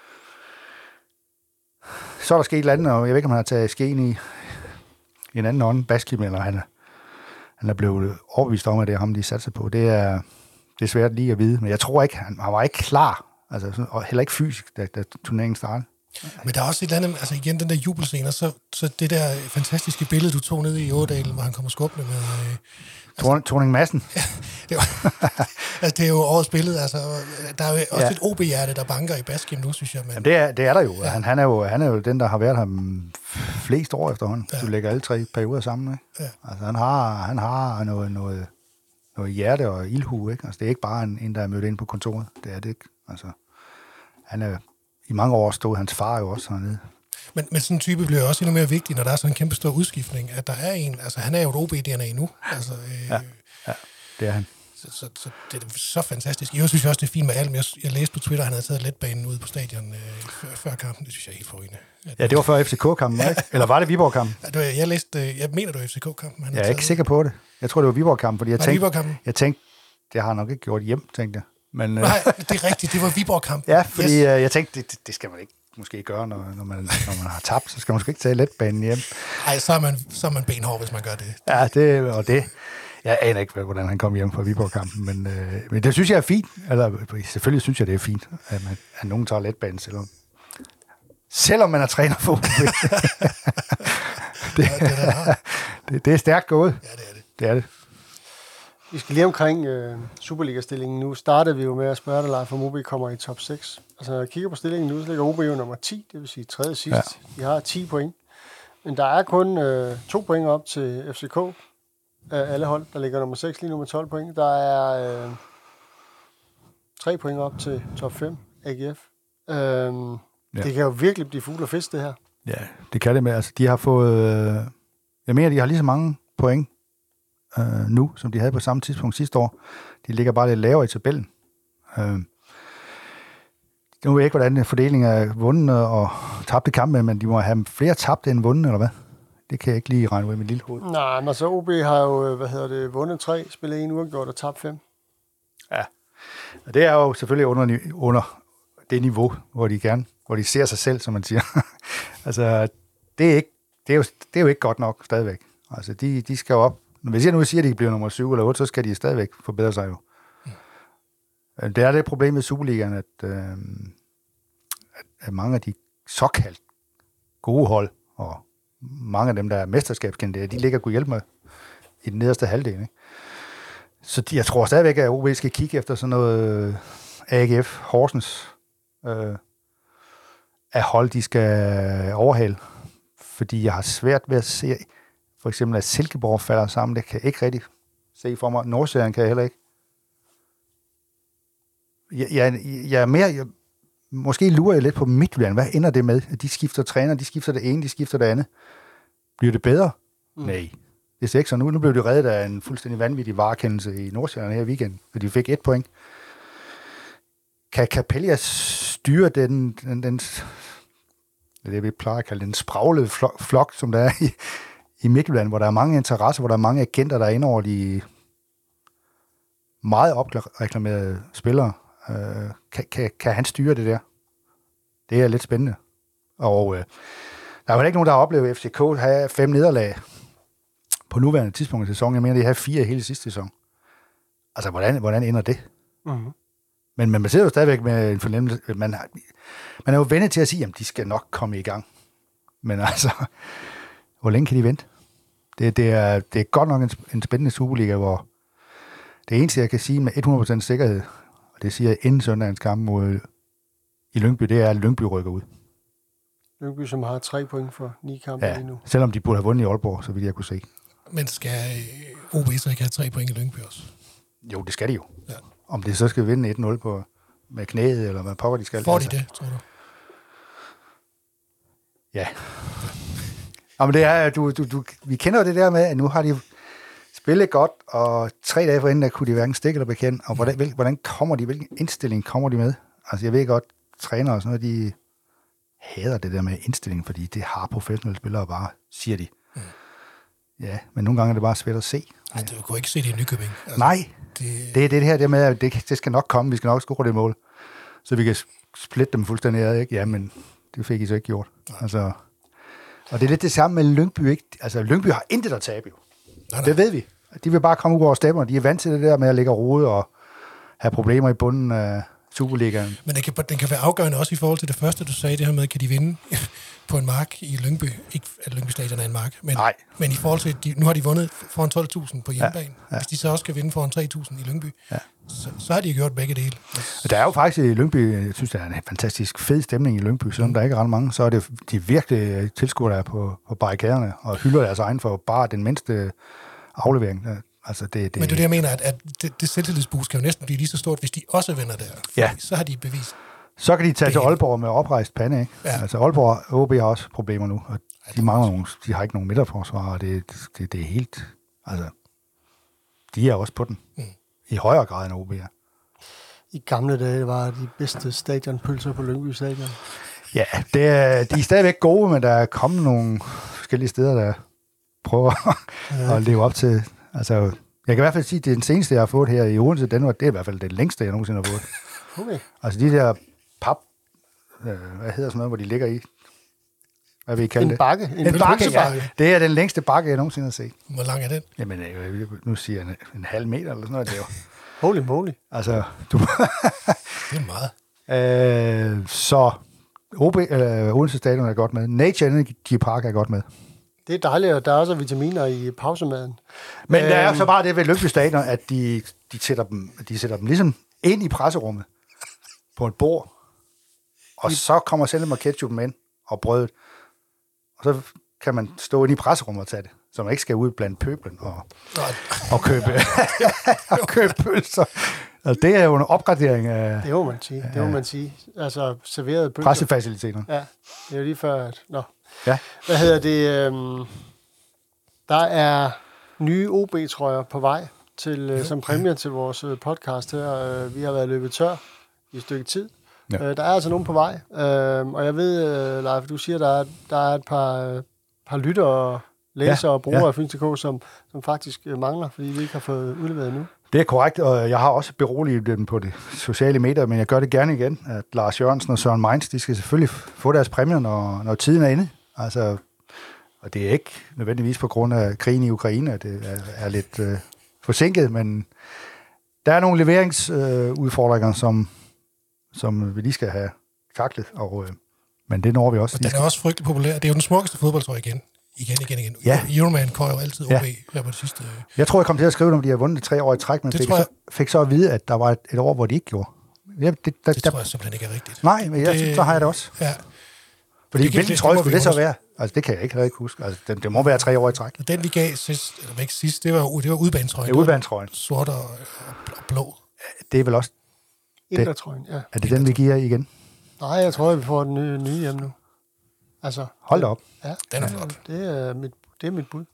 Speaker 2: Så er der sket et eller andet, og jeg ved ikke, om han har taget skeen i en anden ånd, Baskim, eller han er blevet overbevist om, at det er ham, de satser på. Det er svært lige at vide, men jeg tror ikke, han var ikke klar, altså, og heller ikke fysisk, da turneringen startede.
Speaker 1: Men der er også et eller andet, altså igen, den der jubelscene, så det der fantastiske billede, du tog ned i Ådalen, hvor han kommer skubbende med...
Speaker 2: Torning Madsen.
Speaker 1: Ja, det er jo årets billede, altså, der er jo også et OB-hjerte, der banker i Baskim nu, synes jeg. Men...
Speaker 2: Jamen, det er der jo. Ja. Han er jo den, der har været her flest år efterhånden. Ja. Du lægger alle 3 perioder sammen, ikke? Ja. Altså, han har noget hjerte og ildhu, ikke? Altså, det er ikke bare en, der er mødt ind på kontoret. Det er det ikke. Altså, i mange år stod hans far jo også hernede.
Speaker 1: Men sådan en type bliver også endnu mere vigtig, når der er sådan en kæmpe stor udskiftning, at der er en, altså han er jo et OB-DNA nu. Altså,
Speaker 2: ja, det er han.
Speaker 1: Så det er så fantastisk. Jeg synes også, det er fint med Alm. Jeg læste på Twitter, at han havde taget letbanen ude på stadion før kampen. Det synes jeg er helt forrygende.
Speaker 2: Ja, det var før FCK-kampen, ikke? Eller var det Viborg-kampen?
Speaker 1: Jeg mener, det var FCK-kampen.
Speaker 2: Jeg er ikke sikker på det. Jeg tror, det var Viborg-kampen, fordi jeg tænkte, det har han nok ikke gjort hjem, tænkte jeg. Men,
Speaker 1: nej, det er rigtigt. Det var Viborg-kampen.
Speaker 2: Ja, fordi jeg tænkte, det skal man ikke måske gøre, når man har tabt, så skal man måske ikke tage letbanen hjem.
Speaker 1: Nej, så er man benhård, hvis man gør det.
Speaker 2: Ja, det. Jeg aner ikke, hvordan han kom hjem fra Viborg-kampen, men det synes jeg er fint. Eller, selvfølgelig synes jeg, det er fint, at nogen tager letbanen, selvom man er træner for OB. Det er stærkt gået.
Speaker 1: Ja, det er det.
Speaker 2: Det er det.
Speaker 3: Vi skal lige omkring Superliga-stillingen. Nu startede vi jo med at spørge dig, Leif, om OB kommer i top 6. Altså, når jeg kigger på stillingen nu, så ligger OB jo nummer 10, det vil sige tredje sidst. Ja. De har 10 point. Men der er kun 2 point op til FCK af alle hold. Der ligger nummer 6 lige nu med 12 point. Der er 3 point op til top 5, AGF. Det kan jo virkelig blive fugl og fisk, det her.
Speaker 2: Ja, det kan det med. Altså, de har fået... jeg mener, de har lige så mange point nu, som de havde på samme tidspunkt sidste år. De ligger bare lidt lavere i tabellen. Nu ved jeg ikke, hvordan fordelingen er vundne og tabte kampe, men de må have flere tabte end vundne, eller hvad? Det kan jeg ikke lige regne ud i mit lille hoved.
Speaker 3: Nej, men så OB har jo, vundet 3, spillet 1 uafgjort og tabt 5. Ja.
Speaker 2: Og det er jo selvfølgelig under det niveau, hvor de ser sig selv, som man siger. Altså, det er jo ikke godt nok stadigvæk. Altså, de skal jo op. Hvis jeg nu siger, at de bliver nummer 7 eller 8, så skal de stadigvæk forbedre sig jo. Det er det problem med Superligaen, at mange af de såkaldt gode hold, og mange af dem, der er mesterskabskandidater, de ligger kunne hjælpe med i den nederste halvdel. Ikke? Så jeg tror stadigvæk, at OB skal kigge efter sådan noget AGF, Horsens, af hold, de skal overhale. Fordi jeg har svært ved at se, for eksempel, at Silkeborg falder sammen. Det kan jeg ikke rigtig se for mig. Nordsjælland kan jeg heller ikke. Jeg er mere... Måske lurer jeg lidt på Midtjylland. Hvad ender det med? De skifter træner, de skifter det ene, de skifter det andet. Bliver det bedre? Nej. Det ser ikke så nu. Nu blev det reddet af en fuldstændig vanvittig varekendelse i Nordsjælland her i weekenden, for de fik 1 point. Kan Capellas styre den det vi plejer at kalde den spraglede flok, som der er i Midtjylland, hvor der er mange interesser, hvor der er mange agenter, der er inde over de meget opreklamerede spillere. Kan han styre det der? Det er lidt spændende. Og der er jo ikke nogen, der har oplevet FCK have 5 nederlag på nuværende tidspunkt i sæsonen. Jeg mener, de havde 4 hele sidste sæson. Altså, hvordan ender det? Mm-hmm. Men man sidder jo stadigvæk med en fornemmelse. Man er jo vennet til at sige, at de skal nok komme i gang. Men altså, hvor længe kan de vente? Det er godt nok en spændende Superliga, hvor det eneste, jeg kan sige med 100% sikkerhed, og det siger jeg inden søndagens kamp mod i Lyngby, det er, at Lyngby rykker ud.
Speaker 3: Lyngby, som har 3 point for 9 kampe lige nu.
Speaker 2: Selvom de burde have vundet i Aalborg, så vidt jeg kunne se.
Speaker 1: Men skal OB så ikke have 3 point i Lyngby også?
Speaker 2: Jo, det skal de jo. Ja. Om det så skal vinde 1-0 med knæet, eller hvad pokker de skal.
Speaker 1: Får de det, tror du?
Speaker 2: Ja. Jamen det er, vi kender jo det der med, at nu har de spillet godt, og 3 dage forinden, der kunne de hverken stikke eller bekende. Og hvordan kommer de, hvilken indstilling kommer de med? Altså jeg ved godt, trænere og sådan noget, de hader det der med indstilling, fordi det har professionelle spillere bare, siger de. Mm. Ja, men nogle gange er det bare svært at se.
Speaker 1: Nej, du kunne ikke se det i Nykøbing. Altså,
Speaker 2: nej, det er det her det med, at det skal nok komme, vi skal nok score det mål, så vi kan splitte dem fuldstændig ad, ikke? Ja, men det fik I så ikke gjort. Altså, og det er lidt det samme med Lyngby, ikke? Altså, Lyngby har intet at tabe, jo. Nej. Det ved vi. De vil bare komme ud over stemmer. De er vant til det der med at ligge og rode og have problemer i bunden af Superligaen. Men
Speaker 1: den kan være afgørende også i forhold til det første, du sagde, det her med, kan de vinde på en mark i Lyngby. Ikke at Lyngby Stadion er en mark, men i forhold til, nu har de vundet foran 12.000 på hjemmebane. Ja. Hvis de så også skal vinde foran 3.000 i Lyngby, så har de gjort begge dele.
Speaker 2: Der er jo faktisk i Lyngby, jeg synes, der er en fantastisk fed stemning i Lyngby, selvom der ikke er ret mange, så er det de virkelig tilskuere, der er på barrikaderne og hylder deres egen for bare den mindste aflevering. Altså det.
Speaker 1: Men det er det, jeg mener, at det selvtillidsboost kan jo næsten blive lige så stort, hvis de også vinder der. Ja. Så har de bevist. Så
Speaker 2: kan de tage til Aalborg med oprejst pande, ikke? Ja. Altså Aalborg og OB har også problemer nu, og de har ikke nogen midterforsvar, og det er helt... Altså, de er også på den. Mm. I højere grad end OB er.
Speaker 3: I gamle dage var de bedste stadionpølser på Lyngby Stadion.
Speaker 2: Ja, de er stadigvæk gode, men der er kommet nogle forskellige steder, der prøver at leve op til... Altså, jeg kan i hvert fald sige, at det er den seneste, jeg har fået her i Odense, det er i hvert fald det længste, jeg nogensinde har fået. Okay. Altså de der hvad hedder sådan noget, hvor de ligger i? hvad vil I kalde det?
Speaker 3: Bakke.
Speaker 2: En bakke, ja. Det er den længste bakke, jeg nogensinde har set.
Speaker 1: Hvor lang er den?
Speaker 2: Jamen, nu siger jeg en halv meter eller sådan noget. Det er jo.
Speaker 3: Holy moly.
Speaker 2: Altså, du...
Speaker 1: Det er meget.
Speaker 2: Så Odense Stadion er godt med. Nature Energy Park er godt med.
Speaker 3: Det er dejligt, og der er også vitaminer i pausemaden.
Speaker 2: Men der er så bare det ved Lyngby Stadion, at de sætter dem ligesom ind i presserummet på et bord, og så kommer selv med ketchupen ind og brødet, og så kan man stå inde i presserummet og tage det, så man ikke skal ud blandt pøblen og købe pølser. Altså, det er jo en opgradering af...
Speaker 3: Det må man sige. Altså, serveret pølser.
Speaker 2: Pressefaciliteter.
Speaker 3: Ja, det er jo lige før, at...
Speaker 2: Ja.
Speaker 3: Hvad hedder det? Der er nye OB-trøjer på vej som præmie til vores podcast her. Vi har været løbet tør i et stykke tid. Ja. Der er altså nogen på vej. Og jeg ved, Leif, du siger, der er et par lyttere, læsere og brugere af Fyns.dk, som faktisk mangler, fordi vi ikke har fået udleveret nu.
Speaker 2: Det er korrekt, og jeg har også beroliget dem på de sociale medier, men jeg gør det gerne igen, at Lars Jørgensen og Søren Mainz, de skal selvfølgelig få deres præmier, når tiden er inde. Altså, og det er ikke nødvendigvis på grund af krigen i Ukraine, at det er lidt forsinket, men der er nogle leveringsudfordringer, som vi lige skal have taklet, men det når vi også.
Speaker 1: Og den er også frygtelig populær. Det er jo den smukkeste fodboldtrøje igen. Igen.
Speaker 2: Ja.
Speaker 1: Euroman kører jo altid OB her på det sidste.
Speaker 2: Jeg tror, jeg kom til at skrive, om de har vundet 3 år i træk, men fik så at vide, at der var et år, hvor de ikke gjorde.
Speaker 1: Det tror jeg simpelthen ikke er rigtigt.
Speaker 2: Nej, men så har jeg det også.
Speaker 1: Ja.
Speaker 2: Fordi hvilken trøje skulle det så være? Altså, det kan jeg ikke huske. Altså, det må være 3 år i træk.
Speaker 1: Og den, vi gav sidst, det var udbanetrøjen.
Speaker 2: Det er udbanetrøjen.
Speaker 1: Sort og blå.
Speaker 2: Det er vel også...
Speaker 3: Indertrøjen, ja.
Speaker 2: Er det den, vi giver igen?
Speaker 3: Nej, jeg tror, vi får den nye hjem nu. Altså,
Speaker 2: hold da op.
Speaker 3: Ja,
Speaker 1: den er flot.
Speaker 3: Det er mit bud.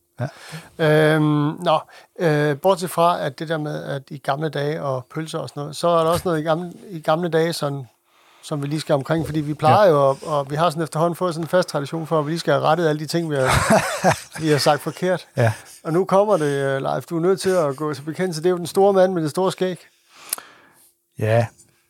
Speaker 2: Ja.
Speaker 3: Bortset fra, at det der med, at i gamle dage og pølser og sådan noget, så er der også noget i gamle dage, sådan, som vi lige skal omkring, fordi vi plejer jo, og vi har sådan efterhånden fået sådan en fast tradition for, at vi lige skal have rettet alle de ting, vi har sagt forkert. Ja. Og nu kommer det, Leif, du er nødt til at gå til bekendelse. Det er jo den store mand med det store skæg.
Speaker 2: Ja,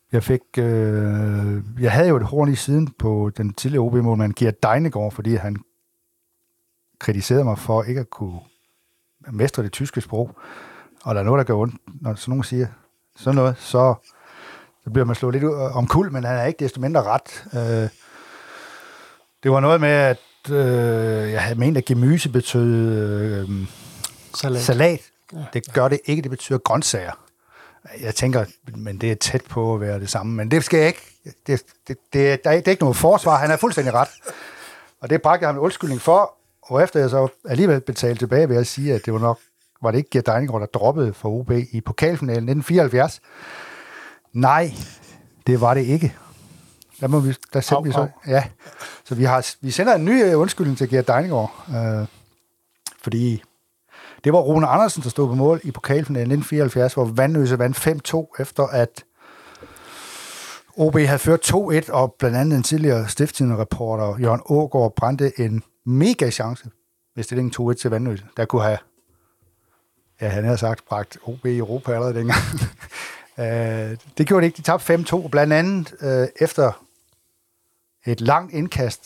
Speaker 2: jeg havde jo et horn i siden på den tidligere OB-målmand Gert Deinegård, fordi han kritiserede mig for ikke at kunne mestre det tyske sprog. Og der er noget, der gør ondt, når sådan nogen siger sådan noget, så bliver man slået lidt omkuld, men han er ikke desto mindre ret. Det var noget med, at jeg havde ment, at gemyse betød salat. Ja. Det gør det ikke, det betyder grøntsager. Jeg tænker, men det er tæt på at være det samme, men det skal jeg ikke. Det er ikke noget forsvar, han er fuldstændig ret. Og det bragte jeg ham en undskyldning for, og efter jeg så alligevel betalte tilbage ved at sige, at det var det ikke Gert Deinegård, der droppede for OB i pokalfinalen 1974. Nej, det var det ikke. Der sendte vi så. Ja. Så vi sender en ny undskyldning til Gert Deinegård, fordi det var Rune Andersen, der stod på mål i pokalfinalen 1974, hvor Vanløse vandt 5-2, efter at OB havde ført 2-1, og blandt andet en tidligere Stiftstidende-reporter, Jørgen Aagaard, brændte en mega chance ved stillingen 2-1 til Vanløse. Der kunne have, han havde sagt, bragt OB i Europa allerede dengang. Det gjorde det ikke. De tabte 5-2, blandt andet efter et langt indkast.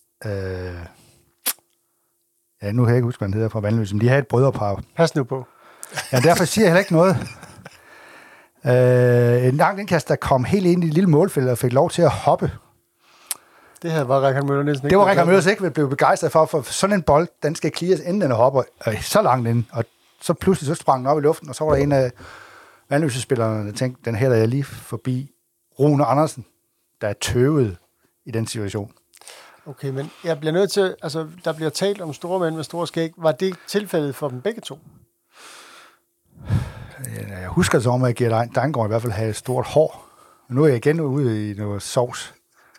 Speaker 2: Nu kan jeg ikke huske, hvad den hedder fra Vanløse, men de havde et brødrepar.
Speaker 3: Pas nu på.
Speaker 2: Ja, derfor siger jeg heller ikke noget. En langt indkast, der kom helt ind i det lille målfelt og fik lov til at hoppe.
Speaker 3: Det her var Rikard Møller næsten ikke.
Speaker 2: Det var Rikard Møller ikke blev begejstret for sådan en bold, den skal clears, inden den hopper så langt ind. Og så pludselig så sprang den op i luften, og så var der en af Vanløse-spillerne, der tænkte, den hælder jeg lige forbi Rune Andersen, der er tøvet i den situation.
Speaker 3: Okay, men jeg bliver nødt til, altså der bliver talt om store mænd med store skæg. Var det tilfældet for dem begge to?
Speaker 2: Jeg husker så om, at Gert Deinegård i hvert fald havde et stort hår. Men nu er jeg igen ude i noget sovs.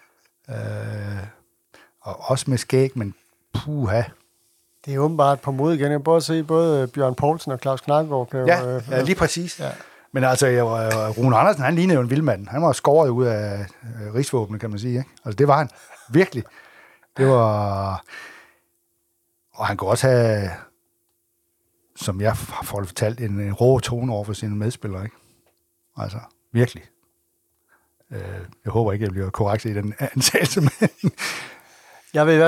Speaker 2: Og også med skæg, men puha.
Speaker 3: Det er åbenbart på mod igen. Jeg både se både Bjørn Poulsen og Claus Knakkegaard.
Speaker 2: Ja, lige præcis. Ja. Men altså, Rune Andersen, han lignede jo en vildmand. Han var skåret ud af rigsvåbnet, kan man sige. Ikke? Altså, det var han virkelig. Det var... Og han kunne også have, som jeg har fortalt, en rå tone over for sine medspillere. Ikke? Altså, virkelig. Jeg håber ikke, jeg bliver korrekt i den antagelse, men
Speaker 3: Jeg vil i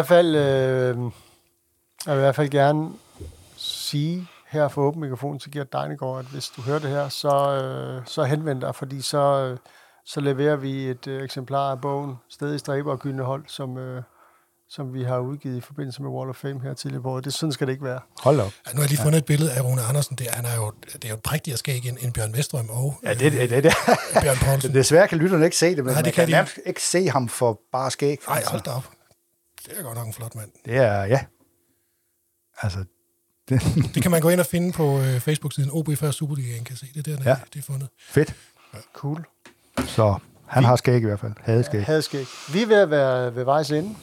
Speaker 3: hvert fald gerne sige her for åben mikrofon til Gert Dejnegaard, at hvis du hører det her, så henvend dig, fordi så leverer vi et eksemplar af bogen Stædige Stræber og Gyldne Hold, som vi har udgivet i forbindelse med Wall of Fame her tidligere på. Sådan skal det ikke være.
Speaker 2: Hold op.
Speaker 1: Ja, nu har jeg lige fundet et billede af Rune Andersen. Det er jo et prægtigere skæg end Bjørn Vestrøm og Bjørn Poulsen.
Speaker 2: Desværre kan lytterne ikke se det, men
Speaker 1: nej,
Speaker 2: man kan nærmest ikke se ham for bare skæg.
Speaker 1: Nej, hold da op. Det er godt nok en flot mand.
Speaker 2: Det er, ja. Altså...
Speaker 1: Det kan man gå ind og finde på Facebook-siden OB før Superligaen, kan se. Det er der, det er fundet.
Speaker 2: Fedt.
Speaker 1: Ja.
Speaker 3: Cool.
Speaker 2: Så han har skæg i hvert fald. Hadeskæg.
Speaker 3: Vi er ved at være ved vejs ende.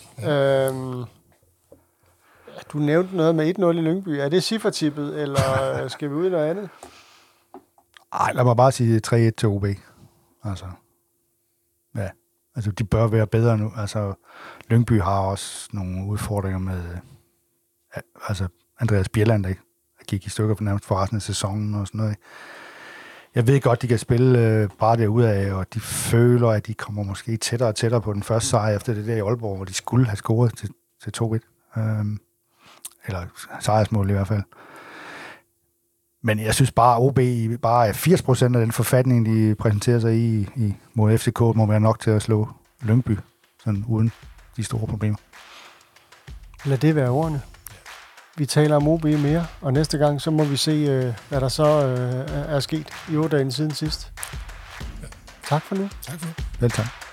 Speaker 3: Du nævnte noget med 1-0 i Lyngby. Er det cifretippet, eller skal vi ud i noget andet?
Speaker 2: Ej, lad mig bare sige 3-1 til OB. Altså, ja. Altså, de bør være bedre nu. Altså, Lyngby har også nogle udfordringer med... altså, Andreas Bjelland, der gik i stykker for nærmest for resten af sæsonen og sådan noget. Jeg ved godt, de kan spille bare derudad, og de føler, at de kommer måske tættere og tættere på den første sejr efter det der i Aalborg, hvor de skulle have scoret til 2-1. Eller sejrsmål i hvert fald. Men jeg synes bare, at OB bare er 80% af den forfatning, de præsenterer sig i mod FCK, må være nok til at slå Lyngby, sådan uden de store problemer.
Speaker 3: Lad det være ordene. Vi taler om OB mere, og næste gang, så må vi se, hvad der så er sket i 8 dage siden sidst. Ja. Tak for nu.
Speaker 1: Tak for nu.
Speaker 2: Velkommen.